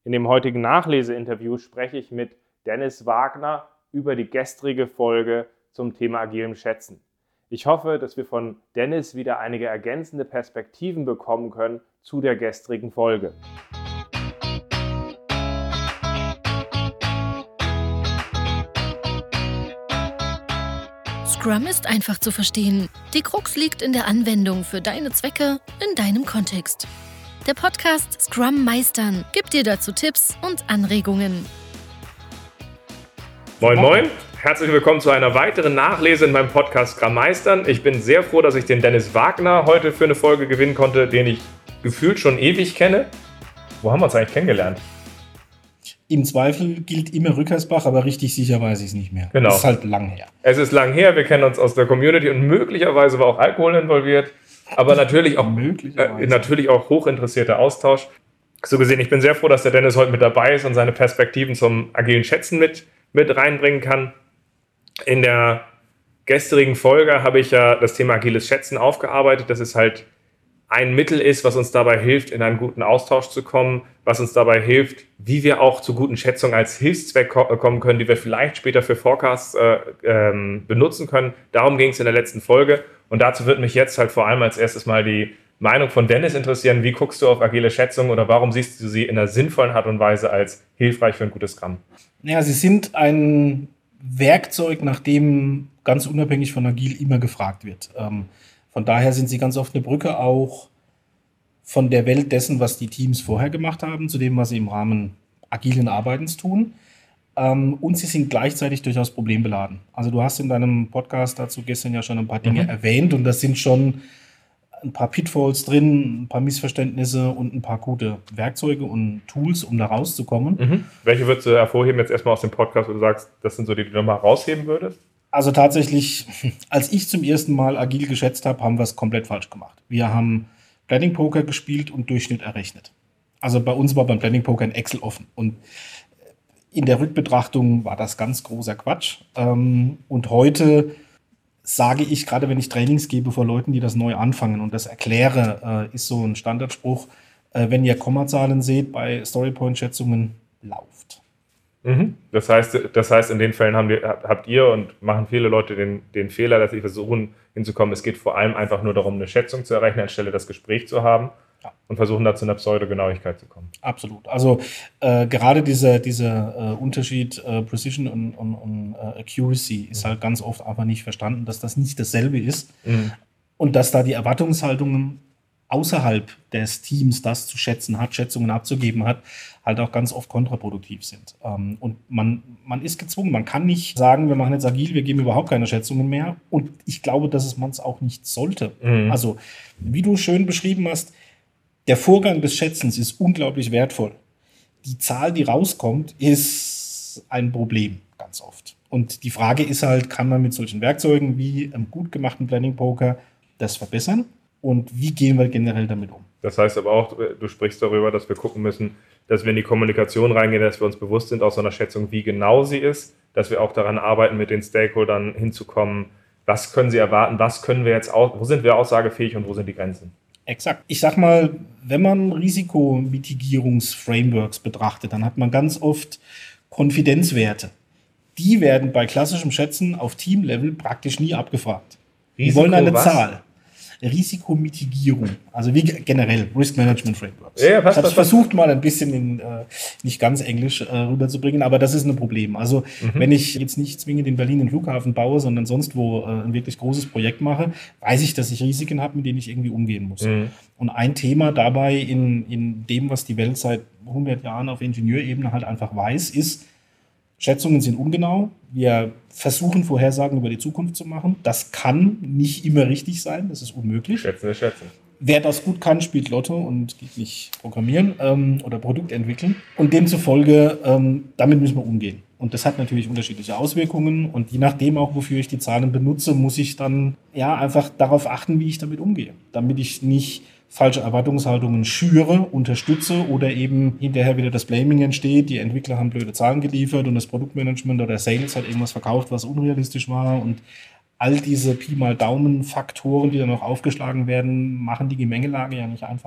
In dem heutigen Nachleseinterview spreche ich mit Dennis Wagner über die gestrige Folge zum Thema agilem Schätzen. Ich hoffe, dass wir von Dennis wieder einige ergänzende Perspektiven bekommen können zu der gestrigen Folge. Scrum ist einfach zu verstehen. Die Krux liegt in der Anwendung für deine Zwecke in deinem Kontext. Der Podcast Scrum Meistern gibt dir dazu Tipps und Anregungen. Moin moin, herzlich willkommen zu einer weiteren Nachlese in meinem Podcast Scrum Meistern. Ich bin sehr froh, dass ich den Dennis Wagner heute für eine Folge gewinnen konnte, den ich gefühlt schon ewig kenne. Wo haben wir uns eigentlich kennengelernt? Im Zweifel gilt immer Rückersbach, aber richtig sicher weiß ich es nicht mehr. Genau. Das ist halt lang her. Es ist lang her, wir kennen uns aus der Community und möglicherweise war auch Alkohol involviert, aber natürlich auch hochinteressierter Austausch. So gesehen, ich bin sehr froh, dass der Dennis heute mit dabei ist und seine Perspektiven zum agilen Schätzen mit reinbringen kann. In der gestrigen Folge habe ich ja das Thema agiles Schätzen aufgearbeitet, dass es halt ein Mittel ist, was uns dabei hilft, in einen guten Austausch zu kommen, was uns dabei hilft, wie wir auch zu guten Schätzungen als Hilfszweck kommen können, die wir vielleicht später für Forecasts benutzen können. Darum ging es in der letzten Folge und dazu wird mich jetzt halt vor allem als erstes mal die Meinung von Dennis interessieren. Wie guckst du auf agile Schätzungen oder warum siehst du sie in einer sinnvollen Art und Weise als hilfreich für ein gutes Scrum? Ja, sie sind ein Werkzeug, nach dem ganz unabhängig von Agil immer gefragt wird. Von daher sind sie ganz oft eine Brücke auch von der Welt dessen, was die Teams vorher gemacht haben, zu dem, was sie im Rahmen agilen Arbeitens tun. Und sie sind gleichzeitig durchaus problembeladen. Also du hast in deinem Podcast dazu gestern ja schon ein paar Dinge erwähnt und das sind schon ein paar Pitfalls drin, ein paar Missverständnisse und ein paar gute Werkzeuge und Tools, um da rauszukommen. Welche würdest du hervorheben jetzt erstmal aus dem Podcast, wo du sagst, das sind so die, die du nochmal rausheben würdest? Also tatsächlich, als ich zum ersten Mal agil geschätzt habe, haben wir es komplett falsch gemacht. Wir haben Planning Poker gespielt und Durchschnitt errechnet. Also bei uns war beim Planning Poker ein Excel offen. Und in der Rückbetrachtung war das ganz großer Quatsch. Und heute sage ich, gerade wenn ich Trainings gebe vor Leuten, die das neu anfangen und das erkläre, ist so ein Standardspruch, wenn ihr Kommazahlen seht bei Storypoint-Schätzungen, lauft. Das heißt, in den Fällen habt ihr und machen viele Leute den Fehler, dass sie versuchen hinzukommen, es geht vor allem einfach nur darum, eine Schätzung zu errechnen, anstelle das Gespräch zu haben und versuchen da zu einer Pseudogenauigkeit zu kommen. Absolut. Also gerade dieser Unterschied Precision und Accuracy ist halt ganz oft einfach nicht verstanden, dass das nicht dasselbe ist und dass da die Erwartungshaltungen außerhalb des Teams das zu schätzen hat, Schätzungen abzugeben hat, halt auch ganz oft kontraproduktiv sind. Und man ist gezwungen, man kann nicht sagen, wir machen jetzt agil, wir geben überhaupt keine Schätzungen mehr. Und ich glaube, dass man es auch nicht sollte. Also, wie du schön beschrieben hast, der Vorgang des Schätzens ist unglaublich wertvoll. Die Zahl, die rauskommt, ist ein Problem, ganz oft. Und die Frage ist halt, kann man mit solchen Werkzeugen wie einem gut gemachten Planning Poker das verbessern? Und wie gehen wir generell damit um? Das heißt aber auch, du sprichst darüber, dass wir gucken müssen, dass wir in die Kommunikation reingehen, dass wir uns bewusst sind aus so einer Schätzung, wie genau sie ist, dass wir auch daran arbeiten, mit den Stakeholdern hinzukommen, was können sie erwarten, was können wir jetzt, wo sind wir aussagefähig und wo sind die Grenzen? Exakt. Ich sag mal, wenn man Risikomitigierungsframeworks betrachtet, dann hat man ganz oft Konfidenzwerte. Die werden bei klassischem Schätzen auf Teamlevel praktisch nie abgefragt. Die wollen eine Zahl. Risikomitigierung, also wie generell Risk Management Frameworks. Ja, ich habe es versucht mal ein bisschen in nicht ganz Englisch rüberzubringen, aber das ist ein Problem. Also wenn ich jetzt nicht zwingend in Berlin einen Flughafen baue, sondern sonst wo ein wirklich großes Projekt mache, weiß ich, dass ich Risiken habe, mit denen ich irgendwie umgehen muss. Und ein Thema dabei in dem, was die Welt seit 100 Jahren auf Ingenieurebene halt einfach weiß, ist, Schätzungen sind ungenau. Wir versuchen, Vorhersagen über die Zukunft zu machen. Das kann nicht immer richtig sein. Das ist unmöglich. Schätzen. Wer das gut kann, spielt Lotto und geht nicht programmieren oder Produkt entwickeln. Und demzufolge, damit müssen wir umgehen. Und das hat natürlich unterschiedliche Auswirkungen. Und je nachdem auch, wofür ich die Zahlen benutze, muss ich dann einfach darauf achten, wie ich damit umgehe. Damit ich nicht falsche Erwartungshaltungen schüre, unterstütze oder eben hinterher wieder das Blaming entsteht. Die Entwickler haben blöde Zahlen geliefert und das Produktmanagement oder Sales hat irgendwas verkauft, was unrealistisch war. Und all diese Pi mal Daumen-Faktoren, die dann noch aufgeschlagen werden, machen die Gemengelage ja nicht einfacher.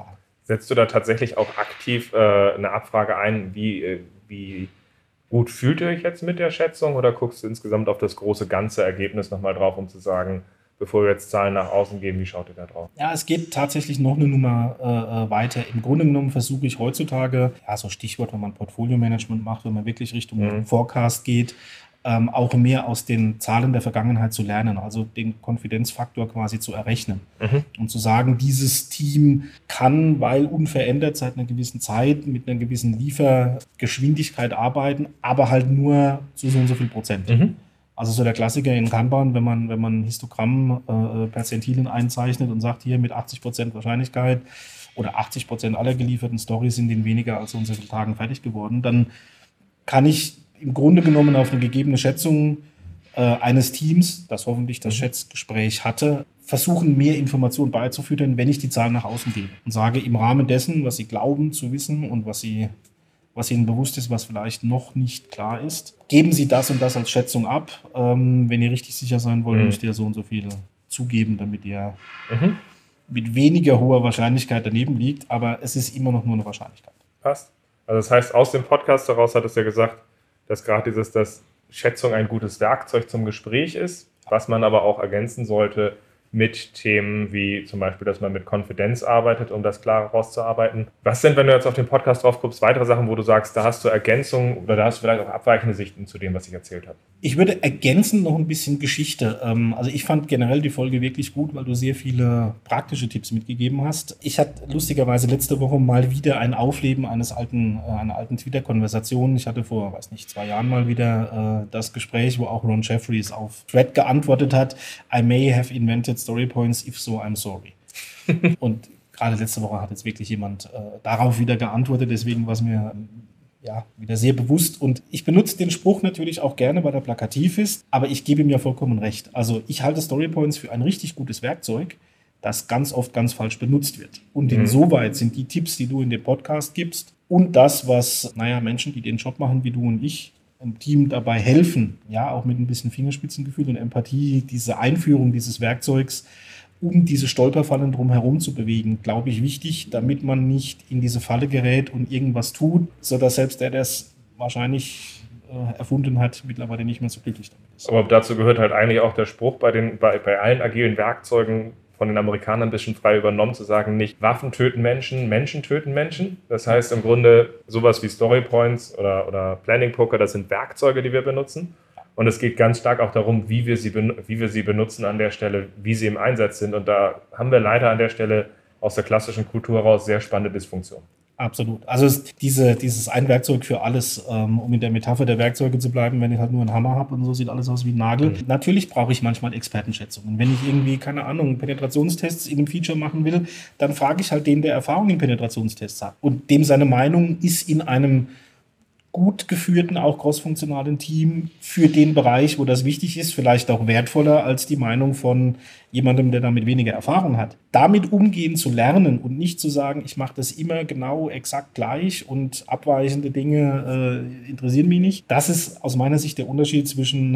Setzt du da tatsächlich auch aktiv eine Abfrage ein, wie gut fühlt ihr euch jetzt mit der Schätzung oder guckst du insgesamt auf das große ganze Ergebnis nochmal drauf, um zu sagen, bevor wir jetzt Zahlen nach außen geben, wie schaut ihr da drauf? Ja, es geht tatsächlich noch eine Nummer weiter. Im Grunde genommen versuche ich heutzutage, so Stichwort, wenn man Portfolio-Management macht, wenn man wirklich Richtung Forecast geht, auch mehr aus den Zahlen der Vergangenheit zu lernen, also den Konfidenzfaktor quasi zu errechnen und zu sagen, dieses Team kann, weil unverändert seit einer gewissen Zeit mit einer gewissen Liefergeschwindigkeit arbeiten, aber halt nur zu so und so viel Prozent. Also so der Klassiker in Kanban, wenn man Histogramm Perzentilen einzeichnet und sagt, hier mit 80% Wahrscheinlichkeit oder 80% aller gelieferten Storys sind in weniger als so und so vielen Tagen fertig geworden, dann kann ich im Grunde genommen auf eine gegebene Schätzung eines Teams, das hoffentlich das Schätzgespräch hatte, versuchen, mehr Informationen beizufüttern, wenn ich die Zahlen nach außen gebe und sage, im Rahmen dessen, was sie glauben zu wissen und was ihnen bewusst ist, was vielleicht noch nicht klar ist, geben sie das und das als Schätzung ab. Wenn ihr richtig sicher sein wollt, müsst ihr so und so viel zugeben, damit ihr mit weniger hoher Wahrscheinlichkeit daneben liegt, aber es ist immer noch nur eine Wahrscheinlichkeit. Passt. Also das heißt, aus dem Podcast heraus hat es ja gesagt, dass gerade dass Schätzung ein gutes Werkzeug zum Gespräch ist, was man aber auch ergänzen sollte mit Themen wie zum Beispiel, dass man mit Konfidenz arbeitet, um das klar rauszuarbeiten. Was sind, wenn du jetzt auf den Podcast drauf guckst, weitere Sachen, wo du sagst, da hast du Ergänzungen oder da hast du vielleicht auch abweichende Sichten zu dem, was ich erzählt habe? Ich würde ergänzen noch ein bisschen Geschichte. Also ich fand generell die Folge wirklich gut, weil du sehr viele praktische Tipps mitgegeben hast. Ich hatte lustigerweise letzte Woche mal wieder ein Aufleben einer alten Twitter-Konversation. Ich hatte vor, 2 Jahren mal wieder das Gespräch, wo auch Ron Jeffries auf Thread geantwortet hat, I may have invented story points, if so, I'm sorry. Und gerade letzte Woche hat jetzt wirklich jemand darauf wieder geantwortet, deswegen war es mir wieder sehr bewusst. Und ich benutze den Spruch natürlich auch gerne, weil er plakativ ist, aber ich gebe ihm ja vollkommen recht. Also ich halte Story Points für ein richtig gutes Werkzeug, das ganz oft ganz falsch benutzt wird. Und insoweit sind die Tipps, die du in dem Podcast gibst und das, was Menschen, die den Job machen wie du und ich, im Team dabei helfen, auch mit ein bisschen Fingerspitzengefühl und Empathie, diese Einführung dieses Werkzeugs, um diese Stolperfallen drumherum zu bewegen, glaube ich, wichtig, damit man nicht in diese Falle gerät und irgendwas tut, sodass selbst der es wahrscheinlich erfunden hat, mittlerweile nicht mehr so glücklich damit ist. Aber dazu gehört halt eigentlich auch der Spruch bei allen agilen Werkzeugen von den Amerikanern ein bisschen frei übernommen, zu sagen, nicht Waffen töten Menschen, Menschen töten Menschen. Das heißt im Grunde sowas wie Story Points oder Planning Poker, das sind Werkzeuge, die wir benutzen. Und es geht ganz stark auch darum, wie wir sie benutzen an der Stelle, wie sie im Einsatz sind. Und da haben wir leider an der Stelle aus der klassischen Kultur heraus sehr spannende Dysfunktionen. Absolut. Also dieses ein Werkzeug für alles, um in der Metapher der Werkzeuge zu bleiben, wenn ich halt nur einen Hammer habe und so sieht alles aus wie ein Nagel. Natürlich brauche ich manchmal Expertenschätzungen. Wenn ich irgendwie, keine Ahnung, Penetrationstests in einem Feature machen will, dann frage ich halt den, der Erfahrung in Penetrationstests hat. Und dem seine Meinung ist in einem gut geführten, auch crossfunktionalen Team für den Bereich, wo das wichtig ist, vielleicht auch wertvoller als die Meinung von jemandem, der damit weniger Erfahrung hat. Damit umgehen zu lernen und nicht zu sagen, ich mache das immer genau exakt gleich und abweichende Dinge interessieren mich nicht. Das ist aus meiner Sicht der Unterschied zwischen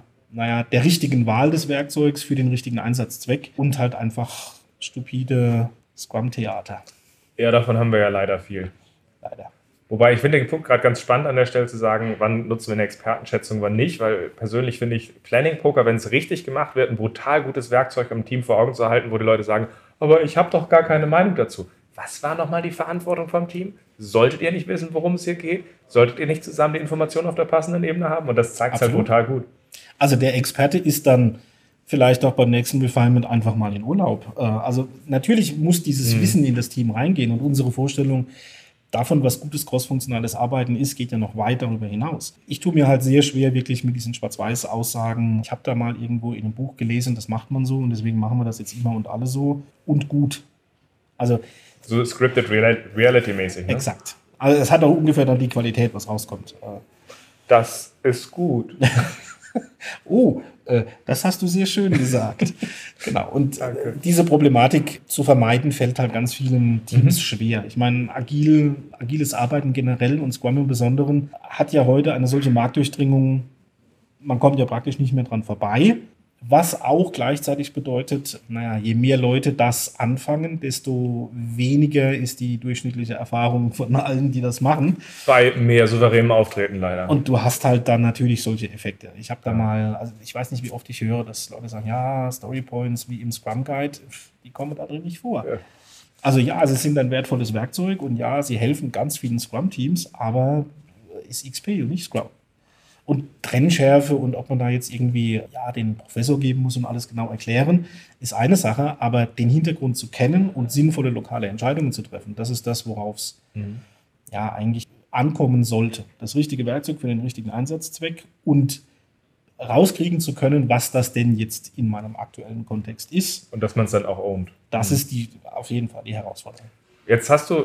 der richtigen Wahl des Werkzeugs für den richtigen Einsatzzweck und halt einfach stupide Scrum-Theater. Ja, davon haben wir ja leider viel. Leider. Wobei ich finde den Punkt gerade ganz spannend an der Stelle zu sagen, wann nutzen wir eine Expertenschätzung, wann nicht, weil persönlich finde ich Planning Poker, wenn es richtig gemacht wird, ein brutal gutes Werkzeug, um ein Team vor Augen zu halten, wo die Leute sagen, aber ich habe doch gar keine Meinung dazu. Was war nochmal die Verantwortung vom Team? Solltet ihr nicht wissen, worum es hier geht? Solltet ihr nicht zusammen die Informationen auf der passenden Ebene haben? Und das zeigt es halt brutal gut. Also der Experte ist dann vielleicht auch beim nächsten Refinement einfach mal in Urlaub. Also natürlich muss dieses Wissen in das Team reingehen und unsere Vorstellung davon, was gutes crossfunktionales Arbeiten ist, geht ja noch weit darüber hinaus. Ich tue mir halt sehr schwer wirklich mit diesen Schwarz-Weiß-Aussagen. Ich habe da mal irgendwo in einem Buch gelesen, das macht man so und deswegen machen wir das jetzt immer und alle so und gut. Also so scripted reality-mäßig, ne? Exakt. Also es hat auch ungefähr dann die Qualität, was rauskommt. Das ist gut. Das hast du sehr schön gesagt. Genau. Und diese Problematik zu vermeiden, fällt halt ganz vielen Teams schwer. Ich meine, agiles Arbeiten generell und Scrum im Besonderen hat ja heute eine solche Marktdurchdringung, man kommt ja praktisch nicht mehr dran vorbei. Was auch gleichzeitig bedeutet, je mehr Leute das anfangen, desto weniger ist die durchschnittliche Erfahrung von allen, die das machen. Bei mehr souveränem Auftreten leider. Und du hast halt dann natürlich solche Effekte. Ich habe da mal, also ich weiß nicht, wie oft ich höre, dass Leute sagen, ja, Storypoints wie im Scrum Guide, die kommen da drin nicht vor. Ja. Also ja, sie sind ein wertvolles Werkzeug und ja, sie helfen ganz vielen Scrum-Teams, aber ist XP und nicht Scrum. Und Trennschärfe und ob man da jetzt irgendwie den Professor geben muss und alles genau erklären, ist eine Sache, aber den Hintergrund zu kennen und sinnvolle lokale Entscheidungen zu treffen, das ist das, worauf es eigentlich ankommen sollte. Das richtige Werkzeug für den richtigen Einsatzzweck und rauskriegen zu können, was das denn jetzt in meinem aktuellen Kontext ist. Und dass man es dann auch ownt. Das ist auf jeden Fall die Herausforderung. Jetzt hast du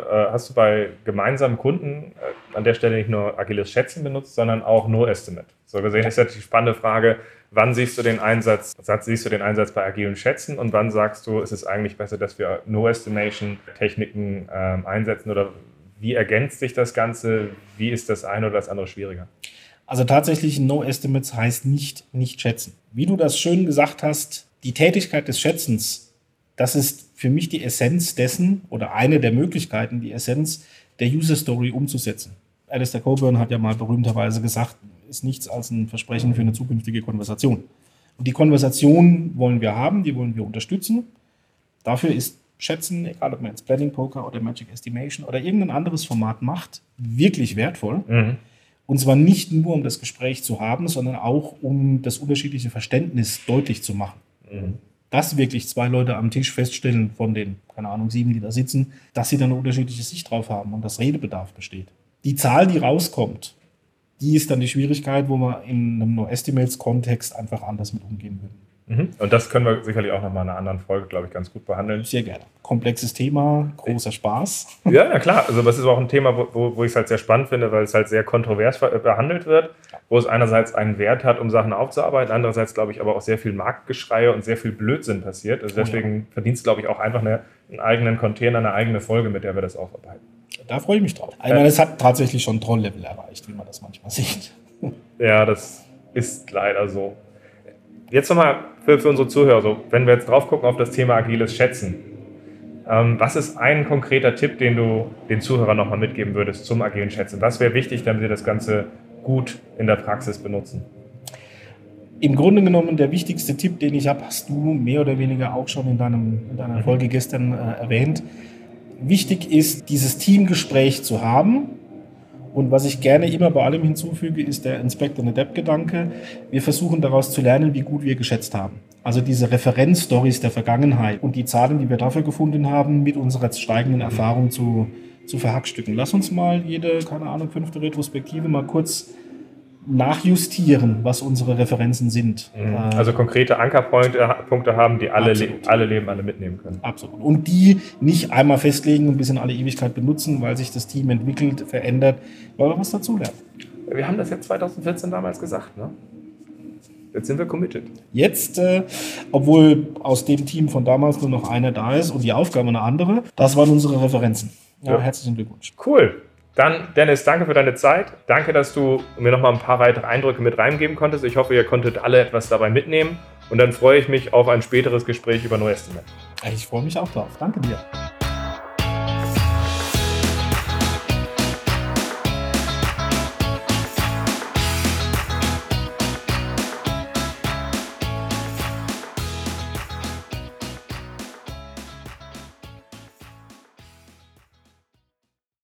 bei gemeinsamen Kunden an der Stelle nicht nur agiles Schätzen benutzt, sondern auch No-Estimate. So gesehen ist natürlich die spannende Frage, wann siehst du den Einsatz bei agilen Schätzen und wann sagst du, ist es eigentlich besser, dass wir No-Estimation-Techniken einsetzen oder wie ergänzt sich das Ganze? Wie ist das eine oder das andere schwieriger? Also tatsächlich No-Estimates heißt nicht schätzen. Wie du das schön gesagt hast, die Tätigkeit des Schätzens, das ist für mich die Essenz dessen oder eine der Möglichkeiten, die Essenz der User Story umzusetzen. Alistair Cockburn hat ja mal berühmterweise gesagt, ist nichts als ein Versprechen für eine zukünftige Konversation. Und die Konversation wollen wir haben, die wollen wir unterstützen. Dafür ist Schätzen, egal ob man jetzt Planning Poker oder Magic Estimation oder irgendein anderes Format macht, wirklich wertvoll. Mhm. Und zwar nicht nur, um das Gespräch zu haben, sondern auch, um das unterschiedliche Verständnis deutlich zu machen. Mhm. Dass wirklich 2 Leute am Tisch feststellen, von den, 7, die da sitzen, dass sie dann eine unterschiedliche Sicht drauf haben und dass Redebedarf besteht. Die Zahl, die rauskommt, die ist dann die Schwierigkeit, wo wir in einem No-Estimates-Kontext einfach anders mit umgehen würden. Mhm. Und das können wir sicherlich auch nochmal in einer anderen Folge, glaube ich, ganz gut behandeln. Sehr gerne. Komplexes Thema, großer Spaß. Ja, klar. Also das ist auch ein Thema, wo ich es halt sehr spannend finde, weil es halt sehr kontrovers behandelt wird, wo es einerseits einen Wert hat, um Sachen aufzuarbeiten, andererseits, glaube ich, aber auch sehr viel Marktgeschreie und sehr viel Blödsinn passiert. Also deswegen verdient es, glaube ich, auch einfach einen eigenen Container, eine eigene Folge, mit der wir das aufarbeiten. Da freue ich mich drauf. Ich meine, es hat tatsächlich schon Troll-Level erreicht, wie man das manchmal sieht. Ja, das ist leider so. Jetzt nochmal für unsere Zuhörer, so, wenn wir jetzt drauf gucken auf das Thema agiles Schätzen, was ist ein konkreter Tipp, den du den Zuhörern nochmal mitgeben würdest zum agilen Schätzen? Was wäre wichtig, damit sie das Ganze gut in der Praxis benutzen? Im Grunde genommen der wichtigste Tipp, den ich habe, hast du mehr oder weniger auch schon in deiner Folge gestern erwähnt. Wichtig ist, dieses Teamgespräch zu haben. Und was ich gerne immer bei allem hinzufüge, ist der Inspect-and-Adapt-Gedanke. Wir versuchen daraus zu lernen, wie gut wir geschätzt haben. Also diese Referenzstories der Vergangenheit und die Zahlen, die wir dafür gefunden haben, mit unserer steigenden Erfahrung zu verhackstücken. Lass uns mal jede, 5. Retrospektive mal kurz nachjustieren, was unsere Referenzen sind. Also konkrete Ankerpunkte haben, die alle mitnehmen können. Absolut. Und die nicht einmal festlegen und bis in alle Ewigkeit benutzen, weil sich das Team entwickelt, verändert, weil wir was dazulernen. Wir haben das jetzt 2014 damals gesagt, ne? Jetzt sind wir committed. Jetzt, obwohl aus dem Team von damals nur noch einer da ist und die Aufgabe eine andere, das waren unsere Referenzen. Ja. Herzlichen Glückwunsch. Cool. Dann, Dennis, danke für deine Zeit. Danke, dass du mir noch mal ein paar weitere Eindrücke mit reingeben konntest. Ich hoffe, ihr konntet alle etwas dabei mitnehmen. Und dann freue ich mich auf ein späteres Gespräch über No-Estimate. Ich freue mich auch drauf. Danke dir.